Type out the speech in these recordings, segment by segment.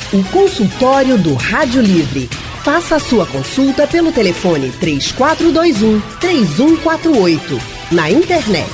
O consultório do Rádio Livre. Faça a sua consulta pelo telefone 3421-3148. Na internet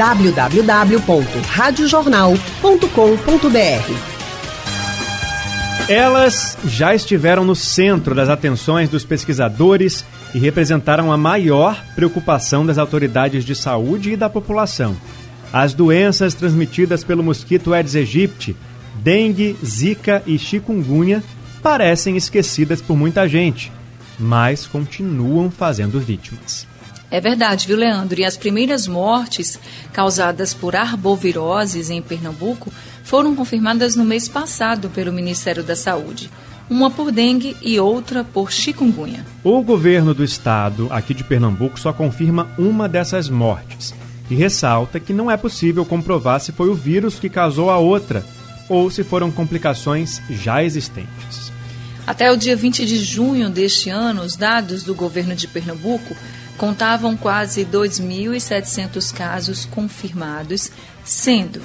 www.radiojornal.com.br. Elas já estiveram no centro das atenções dos pesquisadores e representaram a maior preocupação das autoridades de saúde e da população. As doenças transmitidas pelo mosquito Aedes aegypti, dengue, zika e chikungunya, parecem esquecidas por muita gente, mas continuam fazendo vítimas. É verdade, viu, Leandro? E as primeiras mortes causadas por arboviroses em Pernambuco foram confirmadas no mês passado pelo Ministério da Saúde. Uma por dengue e outra por chikungunya. O governo do estado, aqui de Pernambuco, só confirma uma dessas mortes e ressalta que não é possível comprovar se foi o vírus que causou a outra ou se foram complicações já existentes. Até o dia 20 de junho deste ano, os dados do governo de Pernambuco contavam quase 2.700 casos confirmados, sendo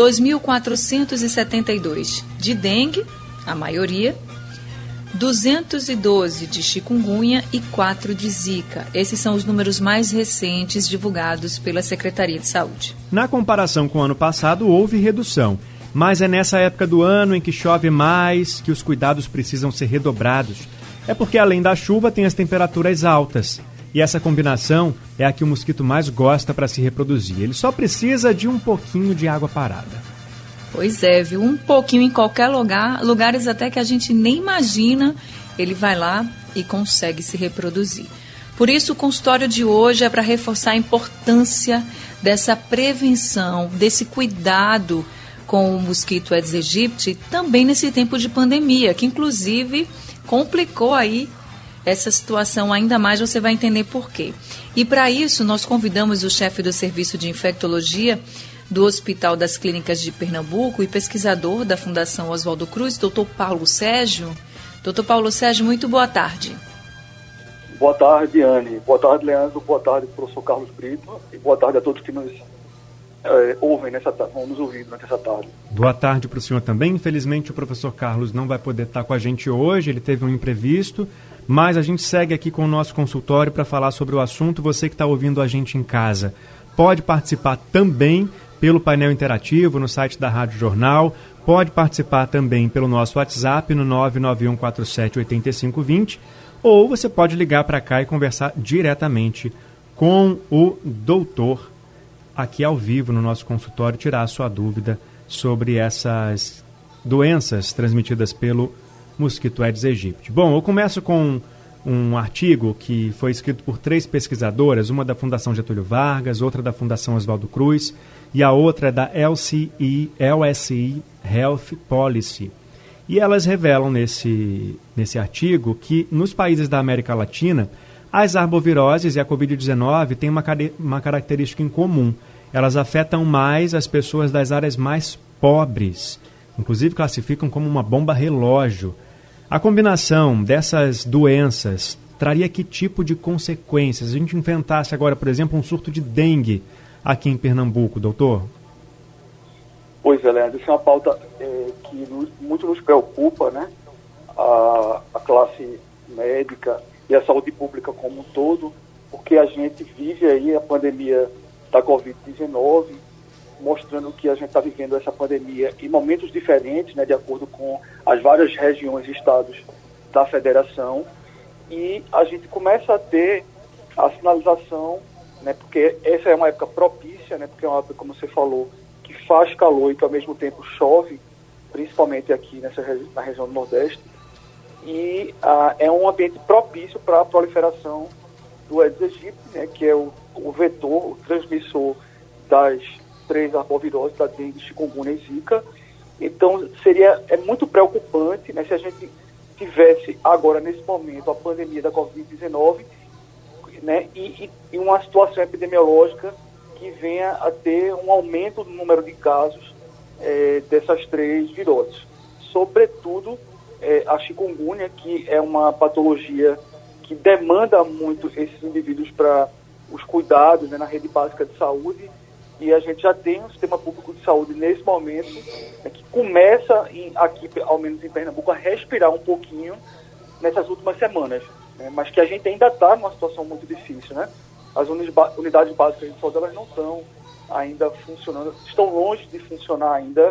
2.472 de dengue, a maioria, 212 de chikungunya e 4 de zika. Esses são os números mais recentes divulgados pela Secretaria de Saúde. Na comparação com o ano passado, houve redução, mas é nessa época do ano em que chove mais que os cuidados precisam ser redobrados. É porque, além da chuva, tem as temperaturas altas. E essa combinação é a que o mosquito mais gosta para se reproduzir. Ele só precisa de um pouquinho de água parada. Pois é, viu? Um pouquinho em qualquer lugar, lugares até que a gente nem imagina, ele vai lá e consegue se reproduzir. Por isso, o consultório de hoje é para reforçar a importância dessa prevenção, desse cuidado com o mosquito Aedes aegypti, também nesse tempo de pandemia, que inclusive complicou aí essa situação ainda mais, você vai entender por quê. E para isso, nós convidamos o chefe do Serviço de Infectologia do Hospital das Clínicas de Pernambuco e pesquisador da Fundação Oswaldo Cruz, Dr. Paulo Sérgio. Dr. Paulo Sérgio, muito boa tarde. Boa tarde, Anne. Boa tarde, Leandro. Boa tarde, professor Carlos Brito. E boa tarde a todos que nos ouvem vão nos ouvir durante essa tarde. Boa tarde para o senhor também. Infelizmente, o professor Carlos não vai poder estar com a gente hoje, ele teve um imprevisto, mas a gente segue aqui com o nosso consultório para falar sobre o assunto. Você que está ouvindo a gente em casa pode participar também pelo painel interativo no site da Rádio Jornal, pode participar também pelo nosso WhatsApp no 991478520, ou você pode ligar para cá e conversar diretamente com o doutor aqui ao vivo no nosso consultório, tirar a sua dúvida sobre essas doenças transmitidas pelo mosquito Aedes aegypti. Bom, eu começo com um artigo que foi escrito por 3 pesquisadoras, uma da Fundação Getúlio Vargas, outra da Fundação Oswaldo Cruz e a outra da LSI Health Policy. E elas revelam nesse artigo que nos países da América Latina, as arboviroses e a Covid-19 têm uma característica em comum. Elas afetam mais as pessoas das áreas mais pobres, inclusive classificam como uma bomba relógio. A combinação dessas doenças traria que tipo de consequências? Se a gente enfrentasse agora, por exemplo, um surto de dengue aqui em Pernambuco, doutor? Pois é, Leandro, isso é uma pauta que muito nos preocupa, né? A classe médica e a saúde pública como um todo, porque a gente vive aí a pandemia da Covid-19, mostrando que a gente está vivendo essa pandemia em momentos diferentes, né, de acordo com as várias regiões e estados da federação, e a gente começa a ter a sinalização, né, porque essa é uma época propícia, né, porque é uma época, como você falou, que faz calor e que ao mesmo tempo chove, principalmente aqui na região do Nordeste, e é um ambiente propício para a proliferação do Aedes aegypti, né, que é o vetor, o transmissor das 3 arboviroses, da dengue, chikungunya e zika. Então, é muito preocupante, né, se a gente tivesse agora, nesse momento, a pandemia da Covid-19, né, e uma situação epidemiológica que venha a ter um aumento do número de casos dessas 3 viroses. Sobretudo, a chikungunya, que é uma patologia que demanda muito esses indivíduos para os cuidados, né, na rede básica de saúde, E a gente já tem um sistema público de saúde nesse momento, né, que começa, aqui, ao menos em Pernambuco, a respirar um pouquinho nessas últimas semanas, né, mas que a gente ainda está numa situação muito difícil, né? As unidades básicas de saúde, elas não estão ainda funcionando, estão longe de funcionar ainda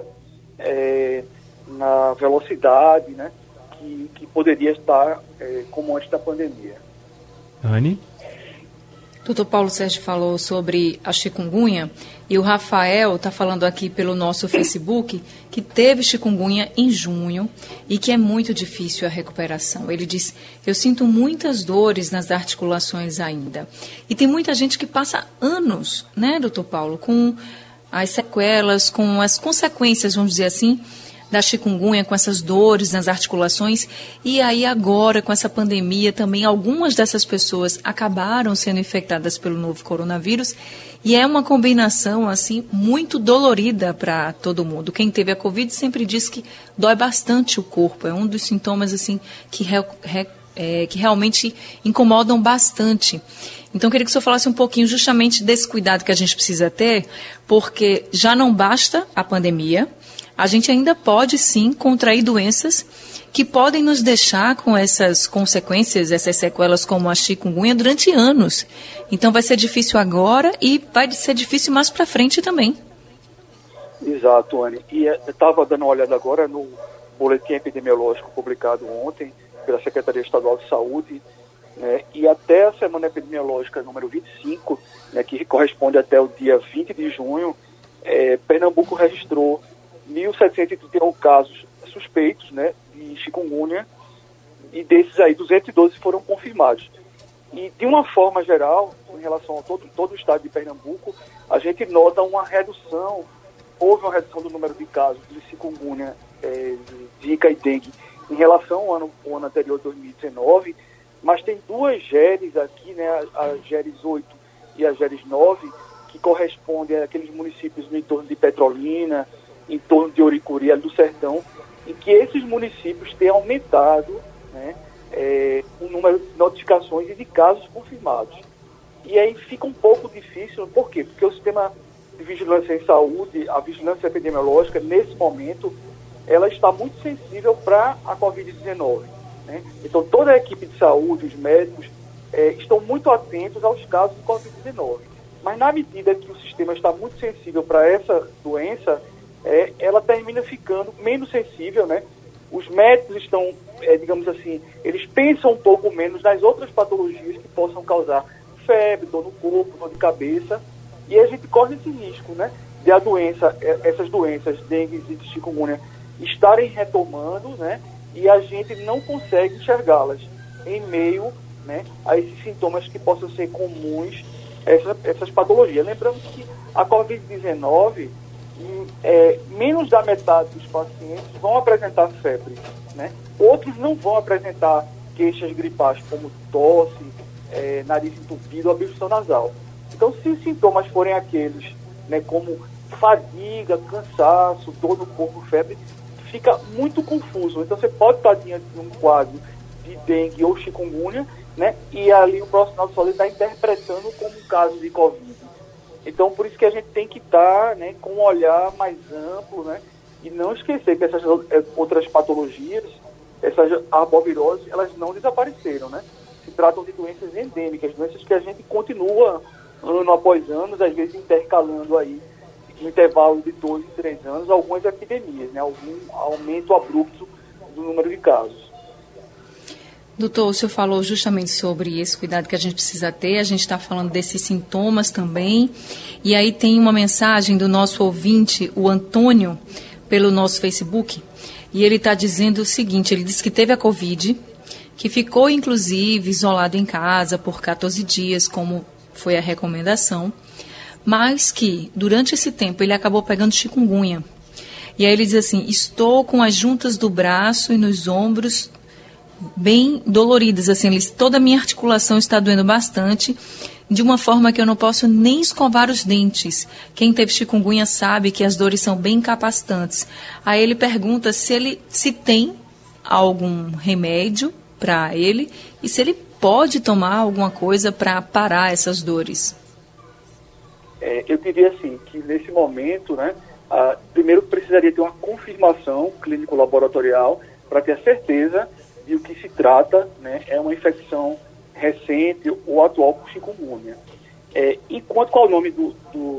na velocidade, né, que poderia estar como antes da pandemia. Anne? Doutor Paulo Sérgio falou sobre a chikungunya e o Rafael está falando aqui pelo nosso Facebook que teve chikungunya em junho e que é muito difícil a recuperação. Ele diz, eu sinto muitas dores nas articulações ainda. E tem muita gente que passa anos, né, doutor Paulo, com as sequelas, com as consequências, vamos dizer assim, da chikungunya, com essas dores nas articulações, e aí agora com essa pandemia também algumas dessas pessoas acabaram sendo infectadas pelo novo coronavírus, e é uma combinação assim muito dolorida para todo mundo. Quem teve a Covid sempre diz que dói bastante o corpo, é um dos sintomas assim que realmente incomodam bastante. Então, eu queria que o senhor falasse um pouquinho justamente desse cuidado que a gente precisa ter, porque já não basta a pandemia, a gente ainda pode, sim, contrair doenças que podem nos deixar com essas consequências, essas sequelas como a chikungunya durante anos. Então, vai ser difícil agora e vai ser difícil mais para frente também. Exato, Anne. E eu estava dando uma olhada agora no boletim epidemiológico publicado ontem pela Secretaria Estadual de Saúde, né, e até a semana epidemiológica número 25, né, que corresponde até o dia 20 de junho, Pernambuco registrou 1.731 casos suspeitos, né, de chikungunya, e desses aí 212 foram confirmados. E de uma forma geral, em relação a todo o estado de Pernambuco, a gente nota uma redução, houve uma redução do número de casos de chikungunya, zika e dengue em relação ao ano anterior, 2019, mas tem duas GERES aqui, né, a GERES 8 e a GERES 9, que correspondem àqueles municípios no entorno de Petrolina, em torno de Oricuri, do Sertão, em que esses municípios têm aumentado, né, o número de notificações e de casos confirmados. E aí fica um pouco difícil, por quê? Porque o sistema de vigilância em saúde, a vigilância epidemiológica, nesse momento, ela está muito sensível para a Covid-19. Né? Então, toda a equipe de saúde, os médicos, estão muito atentos aos casos de Covid-19. Mas, na medida que o sistema está muito sensível para essa doença, ela termina ficando menos sensível, né? Os médicos estão, digamos assim, eles pensam um pouco menos nas outras patologias que possam causar febre, dor no corpo, dor de cabeça, e a gente corre esse risco, né? De a doença, essas doenças, dengue e chikungunya, estarem retomando, né? E a gente não consegue enxergá-las em meio, né, a esses sintomas que possam ser comuns, essas patologias. Lembrando que a Covid-19, menos da metade dos pacientes vão apresentar febre, né? Outros não vão apresentar queixas gripais como tosse, nariz entupido, obstrução nasal. Então, se os sintomas forem aqueles, né, como fadiga, cansaço, dor no corpo, febre, fica muito confuso. Então, você pode estar diante de um quadro de dengue ou chikungunya, né, e ali o profissional de saúde está interpretando como um caso de Covid. Então, por isso que a gente tem que estar, né, com um olhar mais amplo, né, e não esquecer que essas outras patologias, essas arboviroses, elas não desapareceram, né? Se tratam de doenças endêmicas, doenças que a gente continua ano após ano, às vezes intercalando aí, no intervalo de 2 e 3 anos, algumas epidemias, né, algum aumento abrupto do número de casos. Doutor, o senhor falou justamente sobre esse cuidado que a gente precisa ter, a gente está falando desses sintomas também, e aí tem uma mensagem do nosso ouvinte, o Antônio, pelo nosso Facebook, e ele está dizendo o seguinte, ele disse que teve a Covid, que ficou inclusive isolado em casa por 14 dias, como foi a recomendação, mas que durante esse tempo ele acabou pegando chikungunya. E aí ele diz assim, estou com as juntas do braço e nos ombros bem doloridas, assim, toda a minha articulação está doendo bastante, de uma forma que eu não posso nem escovar os dentes. Quem teve chikungunya sabe que as dores são bem incapacitantes. Aí ele pergunta se tem algum remédio para ele e se ele pode tomar alguma coisa para parar essas dores. Eu diria assim, que nesse momento, né, primeiro precisaria ter uma confirmação clínico-laboratorial para ter a certeza de o que se trata, né, é uma infecção recente ou atual por chikungunya. Qual é o nome do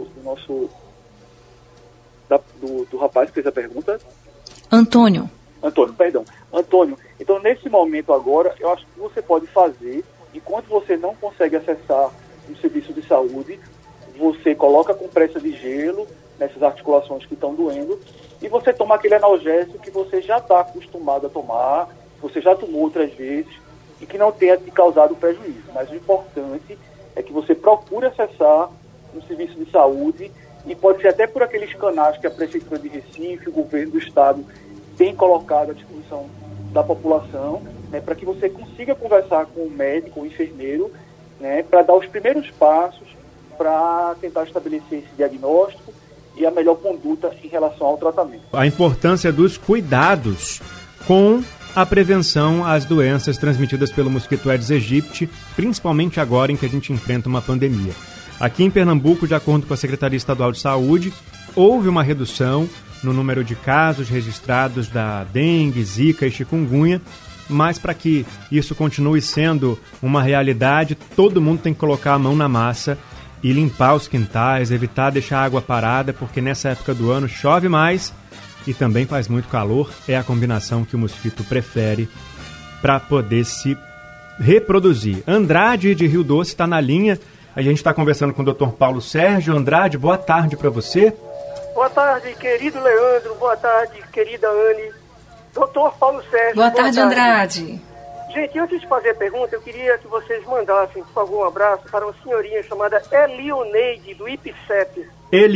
rapaz que fez a pergunta? Antônio, perdão. Antônio, então nesse momento agora, eu acho que você pode fazer, enquanto você não consegue acessar um serviço de saúde, você coloca compressa de gelo nessas articulações que estão doendo e você toma aquele analgésico que você já está acostumado a tomar, você já tomou outras vezes e que não tenha te causado prejuízo. Mas o importante é que você procure acessar um serviço de saúde e pode ser até por aqueles canais que a Prefeitura de Recife, o governo do Estado tem colocado à disposição da população, né, para que você consiga conversar com o médico ou enfermeiro, né, para dar os primeiros passos para tentar estabelecer esse diagnóstico e a melhor conduta em relação ao tratamento. A importância dos cuidados com a prevenção às doenças transmitidas pelo mosquito Aedes aegypti, principalmente agora em que a gente enfrenta uma pandemia. Aqui em Pernambuco, de acordo com a Secretaria Estadual de Saúde, houve uma redução no número de casos registrados da dengue, zika e chikungunya, mas para que isso continue sendo uma realidade, todo mundo tem que colocar a mão na massa e limpar os quintais, evitar deixar a água parada, porque nessa época do ano chove mais e também faz muito calor. É a combinação que o mosquito prefere para poder se reproduzir. Andrade de Rio Doce está na linha. A gente está conversando com o Dr. Paulo Sérgio. Andrade, boa tarde para você. Boa tarde, querido Leandro. Boa tarde, querida Anne. Doutor Paulo Sérgio. Boa tarde, Andrade. Gente, antes de fazer a pergunta, eu queria que vocês mandassem, por favor, um abraço para uma senhorinha chamada Elioneide, do IPCEP.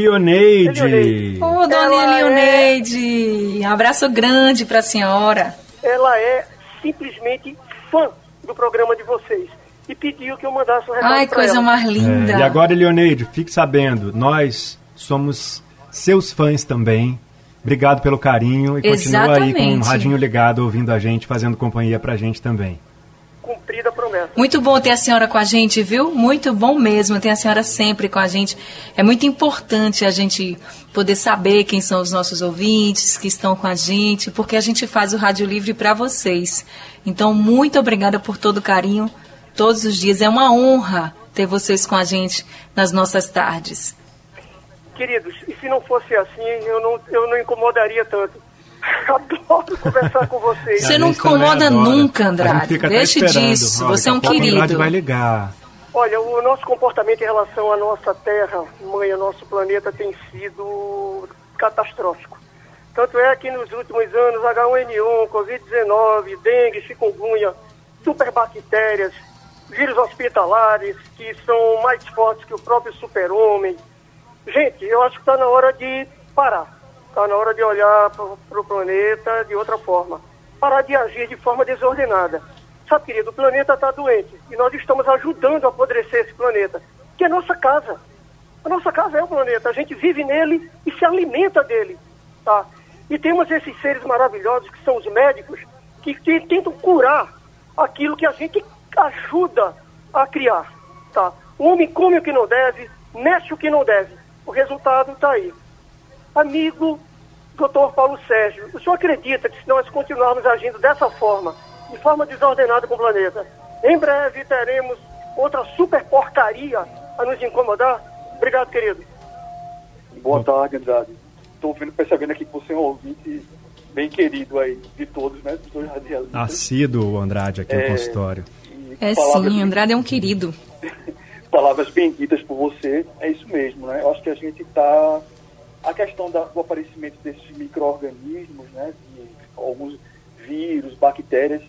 Elioneide. Ô, dona Elioneide, um abraço grande para a senhora. Ela é simplesmente fã do programa de vocês e pediu que eu mandasse um recado para ela. Ai, coisa mais linda. E agora, Elioneide, fique sabendo, nós somos seus fãs também. Obrigado pelo carinho e continua aí com o radinho ligado, ouvindo a gente, fazendo companhia pra gente também. Cumprida a promessa. Muito bom ter a senhora com a gente, viu? Muito bom mesmo ter a senhora sempre com a gente. É muito importante a gente poder saber quem são os nossos ouvintes que estão com a gente, porque a gente faz o Rádio Livre para vocês. Então, muito obrigada por todo o carinho, todos os dias. É uma honra ter vocês com a gente nas nossas tardes. Queridos, e se não fosse assim, eu não incomodaria tanto. Adoro conversar com vocês. Você não incomoda nunca, Andrade. Deixe disso, você é um querido. O Andrade vai ligar. Olha, o nosso comportamento em relação à nossa Terra, mãe, ao nosso planeta, tem sido catastrófico. Tanto é que nos últimos anos, H1N1, Covid-19, dengue, chikungunya, superbactérias, vírus hospitalares, que são mais fortes que o próprio super-homem. Gente, eu acho que está na hora de parar. Está na hora de olhar para o planeta de outra forma. Parar de agir de forma desordenada. Sabe, querido, o planeta está doente e nós estamos ajudando a apodrecer esse planeta, que é a nossa casa. A nossa casa é o planeta, a gente vive nele e se alimenta dele, tá? E temos esses seres maravilhosos que são os médicos, que tentam curar aquilo que a gente ajuda a criar, tá? O homem come o que não deve, mexe o que não deve. O resultado está aí. Amigo Dr. Paulo Sérgio, o senhor acredita que se nós continuarmos agindo dessa forma, de forma desordenada com o planeta, em breve teremos outra super porcaria a nos incomodar? Obrigado, querido. Boa tarde, Andrade. Estou percebendo aqui que você é um ouvinte bem querido aí, de todos, né? Dos dois radialistas. Assíduo, Andrade, aqui no consultório. Sim, Andrade é um querido. Palavras bem ditas por você, é isso mesmo, né? Eu acho que a gente está... A questão do aparecimento desses micro-organismos, né? De alguns vírus, bactérias,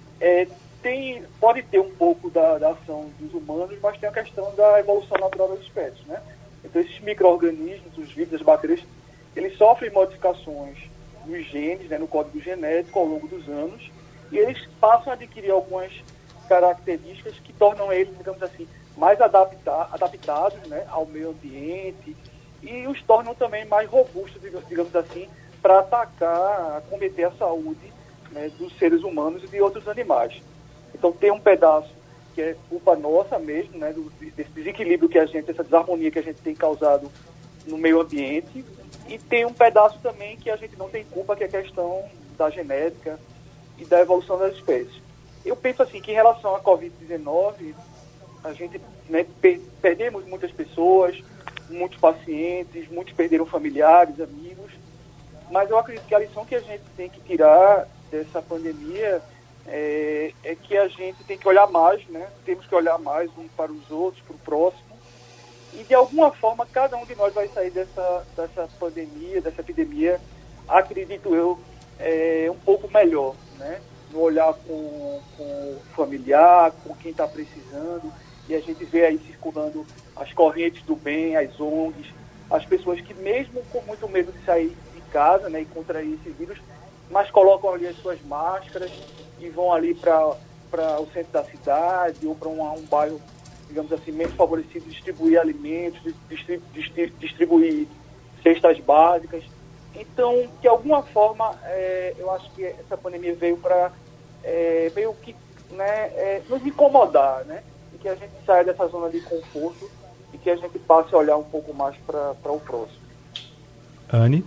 pode ter um pouco da ação dos humanos, mas tem a questão da evolução natural das espécies, né? Então, esses micro-organismos, os vírus, as bactérias, eles sofrem modificações nos genes, né? No código genético ao longo dos anos, e eles passam a adquirir algumas características que tornam eles, digamos assim, mais adaptados, né, ao meio ambiente e os tornam também mais robustos, digamos assim, para atacar, combater a saúde, né, dos seres humanos e de outros animais. Então tem um pedaço que é culpa nossa mesmo, né, desse desequilíbrio que a gente, essa desarmonia que a gente tem causado no meio ambiente, e tem um pedaço também que a gente não tem culpa, que é a questão da genética e da evolução das espécies. Eu penso assim, que em relação à Covid-19, a gente, né, perdemos muitas pessoas, muitos pacientes, muitos perderam familiares, amigos, mas eu acredito que a lição que a gente tem que tirar dessa pandemia é que a gente tem que olhar mais, né? Temos que olhar mais uns para os outros, para o próximo, e de alguma forma cada um de nós vai sair dessa pandemia, dessa epidemia, acredito eu, um pouco melhor, né? No olhar com o familiar, com quem está precisando, e a gente vê aí circulando as correntes do bem, as ONGs, as pessoas que mesmo com muito medo de sair de casa, né, e contrair esse vírus, mas colocam ali as suas máscaras e vão ali para o centro da cidade ou para um bairro, digamos assim, menos favorecido, distribuir alimentos, distribuir cestas básicas. Então, de alguma forma, eu acho que essa pandemia veio para meio que, né, nos incomodar, né? E que a gente saia dessa zona de conforto e que a gente passe a olhar um pouco mais para o próximo. Anne?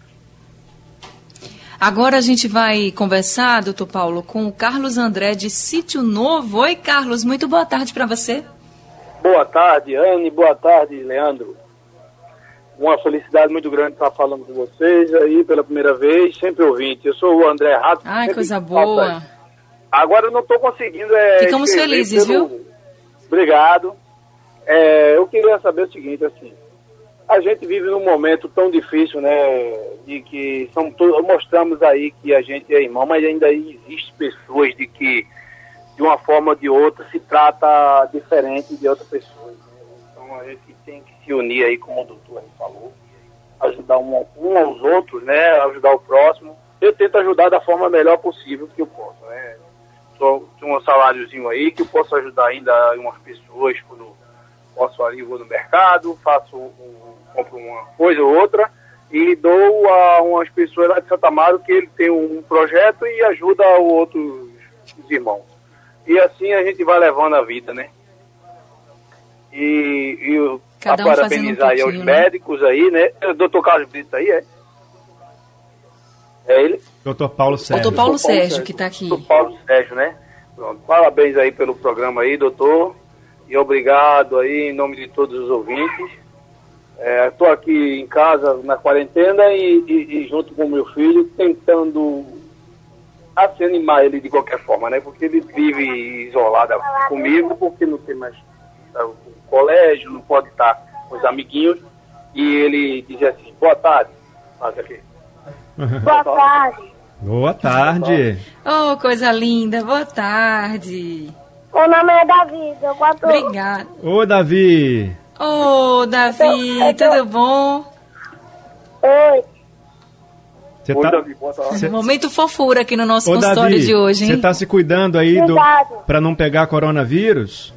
Agora a gente vai conversar, doutor Paulo, com o Carlos André de Sítio Novo. Oi, Carlos, muito boa tarde para você. Boa tarde, Anne, boa tarde, Leandro. Uma felicidade muito grande estar falando com vocês aí pela primeira vez, sempre ouvinte. Eu sou o André Rato. Ai, coisa boa. Agora eu não estou conseguindo... Ficamos felizes, viu? Obrigado. Eu queria saber o seguinte, assim, a gente vive num momento tão difícil, né, de que mostramos aí que a gente é irmão, mas ainda existem pessoas de que, de uma forma ou de outra, se trata diferente de outras pessoas. Então a gente tem que se unir aí, como o doutor aí falou, ajudar um aos outros, né, ajudar o próximo. Eu tento ajudar da forma melhor possível que eu posso, né. Tenho um saláriozinho aí que eu posso ajudar ainda umas pessoas quando posso ali, vou no mercado, compro uma coisa ou outra e dou a umas pessoas lá de Santa Amaro que ele tem um projeto e ajuda os irmãos. E assim a gente vai levando a vida, né? E eu parabenizar aí aos médicos aí, né? O doutor Carlos Brito aí, é ele? Doutor Paulo Sérgio. Doutor Paulo Sérgio, que está aqui. Doutor Paulo Sérgio, né? Pronto. Parabéns aí pelo programa aí, doutor. E obrigado aí em nome de todos os ouvintes. Estou aqui em casa na quarentena e junto com o meu filho tentando assim, animar ele de qualquer forma, né? Porque ele vive isolado comigo, porque não tem mais o colégio, não pode estar com os amiguinhos. E ele dizia assim, boa tarde. Faz aqui. Boa tarde. Boa tarde. Oh, coisa linda, boa tarde. Meu nome é Davi, eu 4 anos. Obrigada. Ô, Davi. Ô, Davi, tudo bom? Oi. Você Oi, tá... Davi, boa tarde. Momento fofura aqui no nosso Ô, consultório Davi, de hoje, hein? Você tá se cuidando aí Obrigado. para não pegar coronavírus?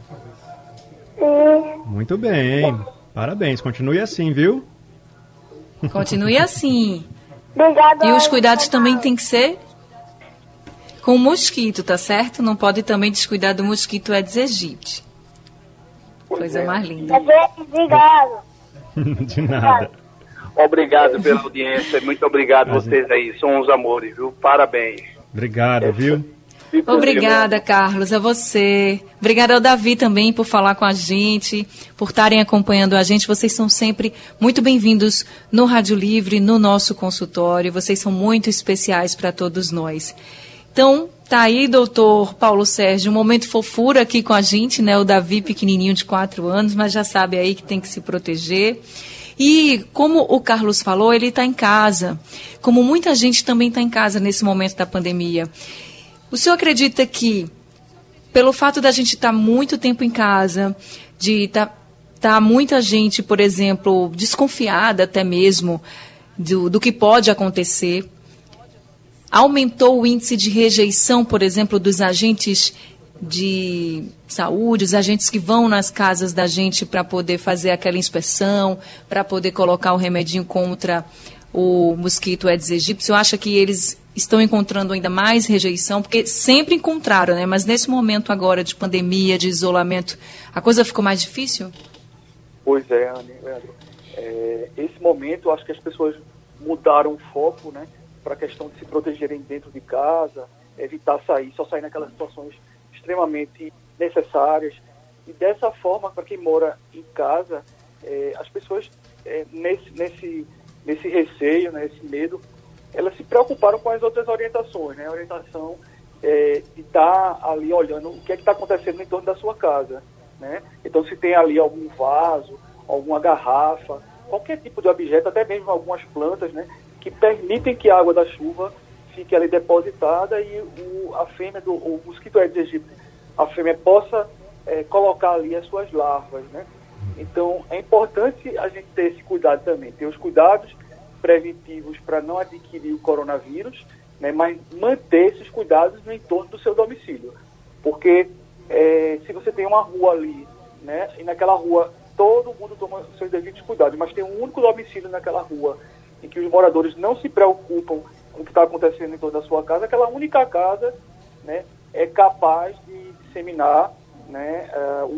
Sim. Muito bem. Parabéns. Continue assim, viu? Continue assim. Obrigado. E os cuidados também tem que ser com o mosquito, tá certo? Não pode também descuidar do mosquito Aedes aegypti. Coisa mais linda. Obrigado. De nada. Obrigado pela audiência, muito obrigado vocês aí, são uns amores, viu? Parabéns. Obrigado, viu? Obrigada, Carlos, a você. Obrigada ao Davi também por falar com a gente, por estarem acompanhando a gente. Vocês são sempre muito bem-vindos no Rádio Livre, no nosso consultório. Vocês são muito especiais para todos nós. Então, tá aí, doutor Paulo Sérgio, um momento fofura aqui com a gente, né? O Davi pequenininho de 4 anos, mas já sabe aí que tem que se proteger. E como o Carlos falou, ele está em casa, como muita gente também está em casa nesse momento da pandemia. O senhor acredita que, pelo fato da gente estar muito tempo em casa, de tá muita gente, por exemplo, desconfiada até mesmo do que pode acontecer, aumentou o índice de rejeição, por exemplo, dos agentes de saúde, os agentes que vão nas casas da gente para poder fazer aquela inspeção, para poder colocar o remedinho contra o mosquito Aedes aegypti? Você acha que eles estão encontrando ainda mais rejeição? Porque sempre encontraram, né? Mas nesse momento agora de pandemia, de isolamento, a coisa ficou mais difícil? Pois é, Anne, Leandro. Esse momento, acho que as pessoas mudaram o foco, né, para a questão de se protegerem dentro de casa, evitar sair, só sair naquelas situações extremamente necessárias. E dessa forma, para quem mora em casa, as pessoas, nesse receio, né, esse medo, elas se preocuparam com as outras orientações, né? A orientação de estar ali olhando o que é que está acontecendo em torno da sua casa, né? Então, se tem ali algum vaso, alguma garrafa, qualquer tipo de objeto, até mesmo algumas plantas, né, que permitem que a água da chuva fique ali depositada e a fêmea o mosquito Aedes aegypti, a fêmea possa colocar ali as suas larvas, né? Então, é importante a gente ter esse cuidado também, ter os cuidados preventivos para não adquirir o coronavírus, né, mas manter esses cuidados no entorno do seu domicílio. Porque se você tem uma rua ali, né, e naquela rua todo mundo toma seus devidos cuidados, mas tem um único domicílio naquela rua em que os moradores não se preocupam com o que está acontecendo em torno da sua casa, aquela única casa, né, é capaz de disseminar, né,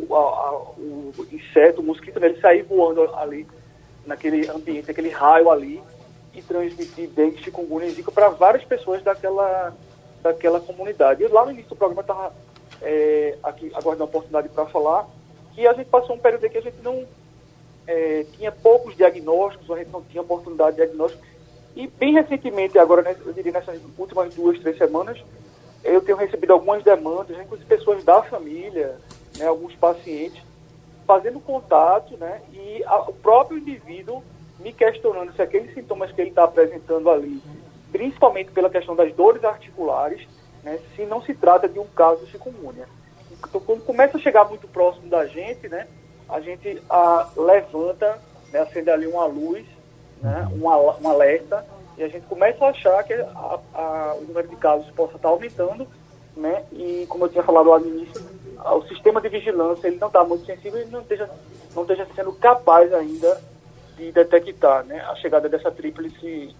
o inseto, o mosquito, né, ele sair voando ali naquele ambiente, aquele raio ali, e transmitir dengue, chikungunya e zika para várias pessoas daquela comunidade. E lá no início do programa eu estava aqui aguardando a oportunidade para falar que a gente passou um período em que a gente não tinha poucos diagnósticos, a gente não tinha oportunidade de diagnóstico, e bem recentemente, agora, eu diria nessas últimas 2-3 semanas, eu tenho recebido algumas demandas, inclusive pessoas da família, né, alguns pacientes, fazendo contato, né, e o próprio indivíduo me questionando se aqueles sintomas que ele está apresentando ali, principalmente pela questão das dores articulares, né, se não se trata de um caso de chikungunya. Então, quando começa a chegar muito próximo da gente, né, a gente levanta, né, acende ali uma luz, né, um alerta, e a gente começa a achar que o número de casos possa estar aumentando, né, e como eu tinha falado lá no início, o sistema de vigilância ele não está muito sensível e não esteja sendo capaz ainda de detectar, né, a chegada dessa tríplice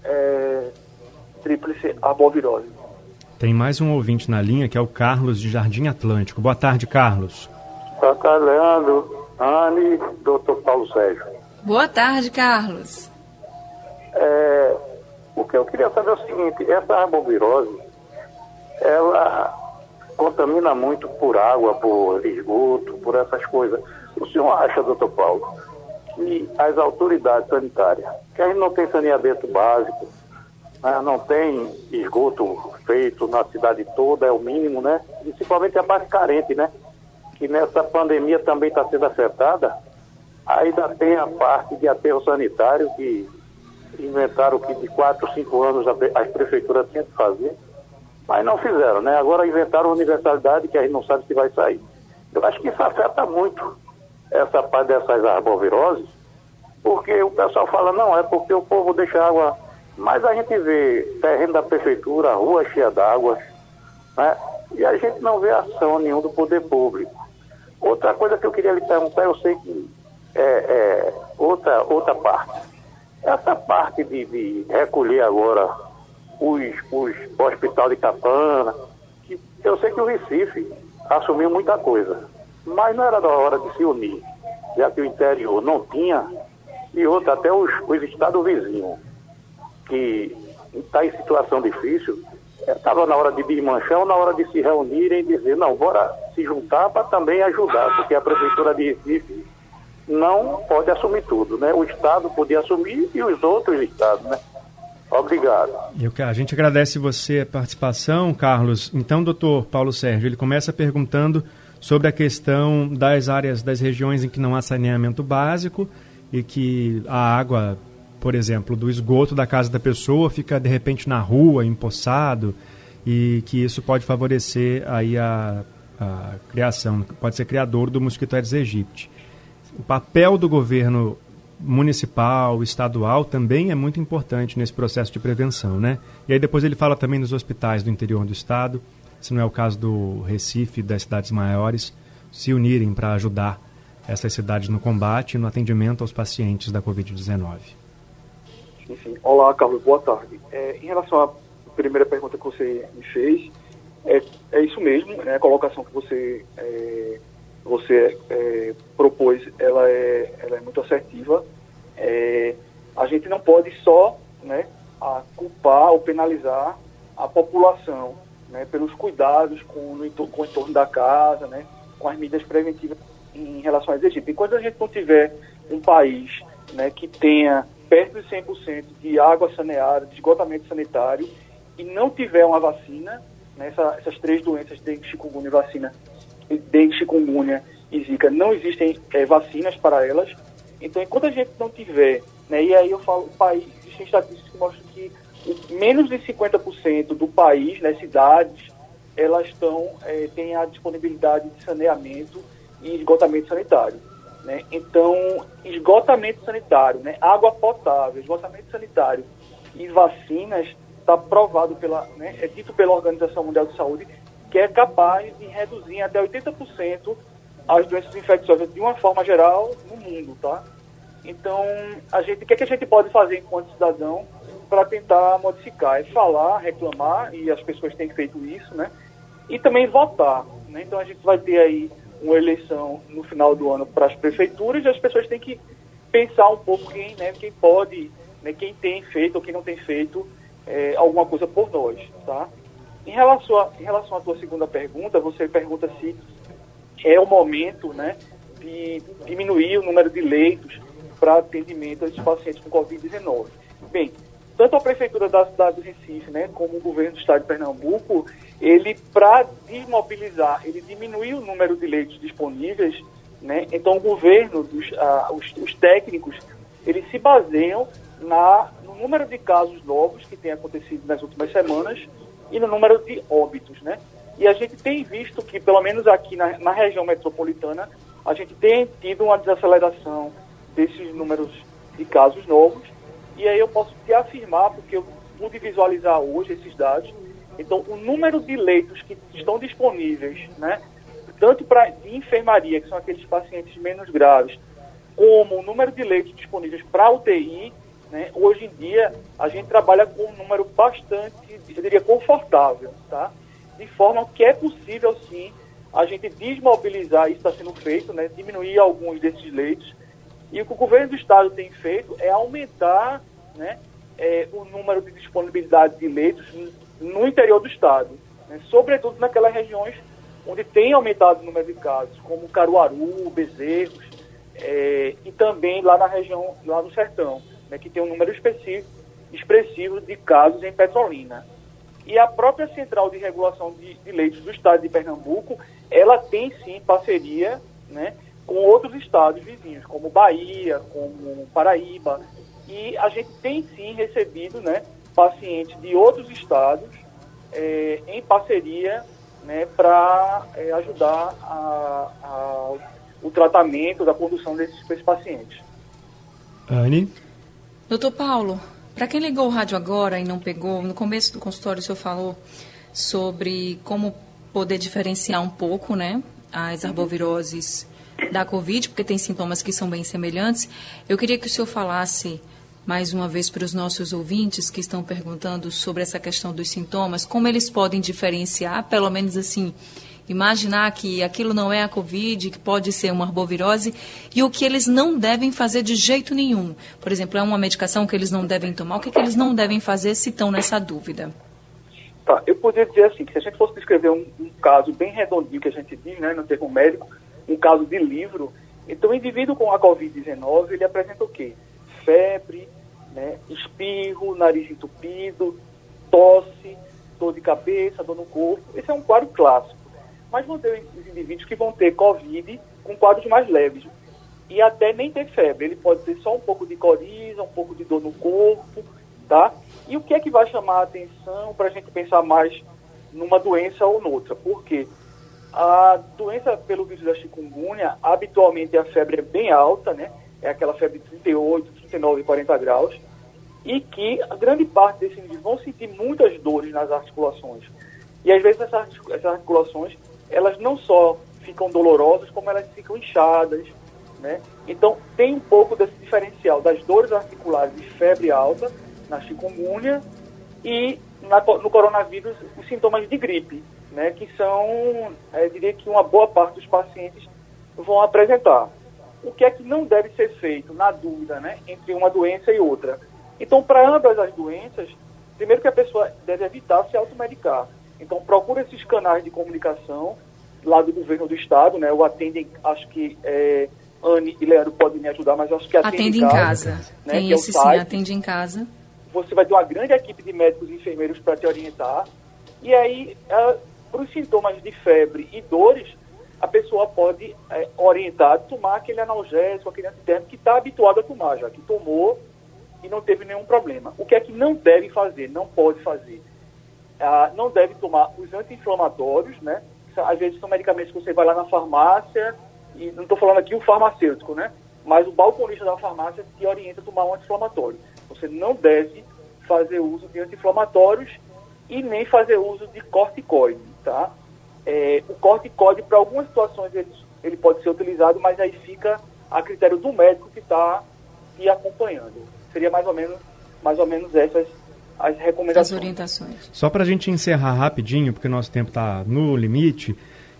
arbovirose. Tem mais um ouvinte na linha, que é o Carlos de Jardim Atlântico. Boa tarde, Carlos. Boa tarde, Leandro, Anne, Dr. Paulo Sérgio. Boa tarde, Carlos. O que eu queria saber é o seguinte, essa arbovirose, ela contamina muito por água, por esgoto, por essas coisas. O senhor acha, doutor Paulo, que as autoridades sanitárias, que a gente não tem saneamento básico, né, não tem esgoto feito na cidade toda, é o mínimo, né? Principalmente a mais carente, né? Que nessa pandemia também está sendo afetada. Ainda tem a parte de aterro sanitário, que inventaram que de 4, 5 anos as prefeituras tinham que fazer, mas não fizeram, né? Agora inventaram a universalidade, que a gente não sabe se vai sair. Eu acho que isso afeta muito essa parte dessas arboviroses, porque o pessoal fala, não, é porque o povo deixa água, mas a gente vê terreno da prefeitura, rua cheia d'água, né? E a gente não vê ação nenhuma do poder público. Outra coisa que eu queria lhe perguntar, eu sei que outra parte. Essa parte de recolher agora os hospital de Capana, que eu sei que o Recife assumiu muita coisa, mas não era da hora de se unir, já que o interior não tinha, e outra, até os estados vizinhos, que está em situação difícil, estava na hora de desmanchar ou na hora de se reunirem e dizer, não, bora se juntar para também ajudar, porque a prefeitura de Recife não pode assumir tudo, né? O Estado podia assumir e os outros estados, né? Obrigado. A gente agradece você a participação, Carlos. Então, doutor Paulo Sérgio, ele começa perguntando sobre a questão das áreas, das regiões em que não há saneamento básico e que a água, por exemplo, do esgoto da casa da pessoa fica, de repente, na rua, empoçado, e que isso pode favorecer aí a criação, pode ser criador do mosquito Aedes aegypti. O papel do governo municipal, estadual, também é muito importante nesse processo de prevenção, né? E aí depois ele fala também dos hospitais do interior do estado, se não é o caso do Recife, das cidades maiores, se unirem para ajudar essas cidades no combate e no atendimento aos pacientes da Covid-19. Enfim, olá, Carlos, boa tarde. Em relação à primeira pergunta que você me fez, é isso mesmo, né? A colocação que você propôs, ela é muito assertiva. A gente não pode só, né, culpar ou penalizar a população, né, pelos cuidados com o entorno da casa, né, com as medidas preventivas em relação a Egito. Enquanto a gente não tiver um país, né, que tenha perto de 100% de água saneada, de esgotamento sanitário, e não tiver uma vacina, né, essas 3 doenças, dengue, chikungunya e zika, não existem vacinas para elas. Então, enquanto a gente não tiver, né, e aí eu falo, o país, existem estatísticas que mostram que menos de 50% do país, né, cidades, elas têm a disponibilidade de saneamento e esgotamento sanitário, né? Então, esgotamento sanitário, né, água potável, esgotamento sanitário e vacinas, está provado é dito pela Organização Mundial de Saúde que é capaz de reduzir em até 80% as doenças infecciosas de uma forma geral no mundo, tá? Então, o que é que a gente pode fazer enquanto cidadão para tentar modificar? É falar, reclamar, e as pessoas têm feito isso, né? E também votar, né? Então, a gente vai ter aí uma eleição no final do ano para as prefeituras, e as pessoas têm que pensar um pouco quem pode, né, quem tem feito ou quem não tem feito alguma coisa por nós, tá? Em relação à tua segunda pergunta, você pergunta se é o momento, né, de diminuir o número de leitos para atendimento a esses pacientes com Covid-19. Bem, tanto a Prefeitura da cidade do Recife, né, como o governo do estado de Pernambuco, ele, para desmobilizar, ele diminuiu o número de leitos disponíveis, né, então o governo, os técnicos, eles se baseiam no número de casos novos que tem acontecido nas últimas semanas e no número de óbitos, né? E a gente tem visto que, pelo menos aqui na região metropolitana, a gente tem tido uma desaceleração desses números de casos novos. E aí eu posso te afirmar, porque eu pude visualizar hoje esses dados. Então, o número de leitos que estão disponíveis, né, tanto de enfermaria, que são aqueles pacientes menos graves, como o número de leitos disponíveis para UTI, né, hoje em dia a gente trabalha com um número bastante, eu diria, confortável, tá? De forma que é possível, sim, a gente desmobilizar, isso está sendo feito, né, diminuir alguns desses leitos. E o que o governo do estado tem feito é aumentar, né, o número de disponibilidade de leitos no interior do estado, né, sobretudo naquelas regiões onde tem aumentado o número de casos, como Caruaru, Bezerros, e também lá na região, lá no Sertão, né, que tem um número expressivo de casos em Petrolina. E a própria Central de Regulação de Leitos do estado de Pernambuco, ela tem sim parceria, né, com outros estados vizinhos, como Bahia, como Paraíba, e a gente tem sim recebido, né, pacientes de outros estados em parceria, né, para ajudar o tratamento da condução desses pacientes. Anne? Doutor Paulo, para quem ligou o rádio agora e não pegou, no começo do consultório o senhor falou sobre como poder diferenciar um pouco, né, as arboviroses da Covid, porque tem sintomas que são bem semelhantes. Eu queria que o senhor falasse mais uma vez para os nossos ouvintes que estão perguntando sobre essa questão dos sintomas, como eles podem diferenciar, pelo menos assim, imaginar que aquilo não é a Covid, que pode ser uma arbovirose, e o que eles não devem fazer de jeito nenhum. Por exemplo, é uma medicação que eles não devem tomar, o que eles não devem fazer se estão nessa dúvida? Tá, eu poderia dizer assim, que se a gente fosse descrever um caso bem redondinho, que a gente diz, né, no termo médico, um caso de livro, então o indivíduo com a Covid-19, ele apresenta o quê? Febre, né, espirro, nariz entupido, tosse, dor de cabeça, dor no corpo. Esse é um quadro clássico. Mas vão ter os indivíduos que vão ter Covid com quadros mais leves e até nem ter febre. Ele pode ter só um pouco de coriza, um pouco de dor no corpo, tá? E o que é que vai chamar a atenção para a gente pensar mais numa doença ou noutra? Porque a doença pelo vírus da chikungunya, habitualmente a febre é bem alta, né? É aquela febre de 38, 39, 40 graus, e que a grande parte desses indivíduos vão sentir muitas dores nas articulações. E às vezes essas articulações, elas não só ficam dolorosas, como elas ficam inchadas, né? Então tem um pouco desse diferencial das dores articulares de febre alta na chikungunya e no coronavírus os sintomas de gripe, né, que são, diria que uma boa parte dos pacientes vão apresentar. O que é que não deve ser feito, na dúvida, né, entre uma doença e outra? Então, para ambas as doenças, primeiro que a pessoa deve evitar se automedicar. Então, procura esses canais de comunicação lá do governo do estado, né, o Atende, acho que Anne e Leandro podem me ajudar, mas acho que Atende em Casa. Né, tem esse sim, Atende em Casa. Você vai ter uma grande equipe de médicos e enfermeiros para te orientar. E aí, para os sintomas de febre e dores, a pessoa pode orientar a tomar aquele analgésico, aquele antitérmico que está habituado a tomar, já que tomou e não teve nenhum problema. O que é que não deve fazer, não pode fazer? Não deve tomar os anti-inflamatórios, né? Às vezes são medicamentos que você vai lá na farmácia, e não estou falando aqui o farmacêutico, né? Mas o balconista da farmácia te orienta a tomar um anti-inflamatório. Você não deve fazer uso de anti-inflamatórios e nem fazer uso de corticoide, tá? O corticoide, para algumas situações, ele pode ser utilizado, mas aí fica a critério do médico que está te acompanhando. Seria mais ou menos essas as recomendações. As orientações. Só para a gente encerrar rapidinho, porque nosso tempo está no limite,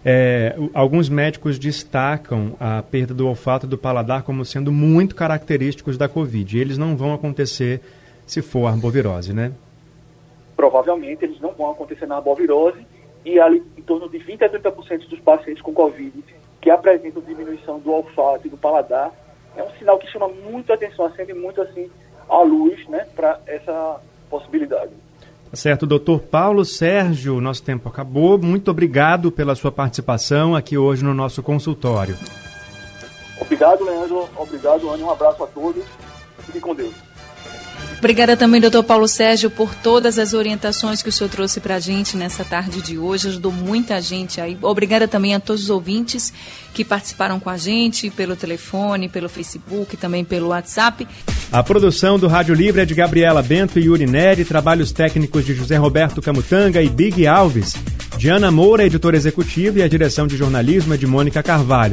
alguns médicos destacam a perda do olfato e do paladar como sendo muito característicos da Covid. E eles não vão acontecer se for arbovirose, né? Provavelmente eles não vão acontecer na arbovirose, e ali em torno de 20% a 30% dos pacientes com Covid que apresentam diminuição do olfato e do paladar, é um sinal que chama muito a atenção, acende muito assim a luz, né, para essa possibilidade. Certo, doutor Paulo Sérgio, nosso tempo acabou. Muito obrigado pela sua participação aqui hoje no nosso consultório. Obrigado, Leandro. Obrigado, Ana. Um abraço a todos. Fiquem com Deus. Obrigada também, doutor Paulo Sérgio, por todas as orientações que o senhor trouxe para a gente nessa tarde de hoje. Ajudou muita gente aí. Obrigada também a todos os ouvintes que participaram com a gente pelo telefone, pelo Facebook, também pelo WhatsApp. A produção do Rádio Livre é de Gabriela Bento e Yuri Neri, trabalhos técnicos de José Roberto Camutanga e Big Alves. Diana Moura, editora executiva, e a direção de jornalismo é de Mônica Carvalho.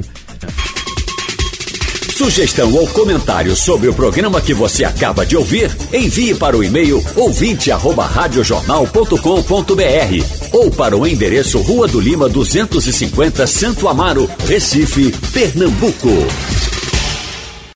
Sugestão ou comentário sobre o programa que você acaba de ouvir, envie para o e-mail ouvinte@radiojornal.com.br ou para o endereço Rua do Lima 250, Santo Amaro, Recife, Pernambuco.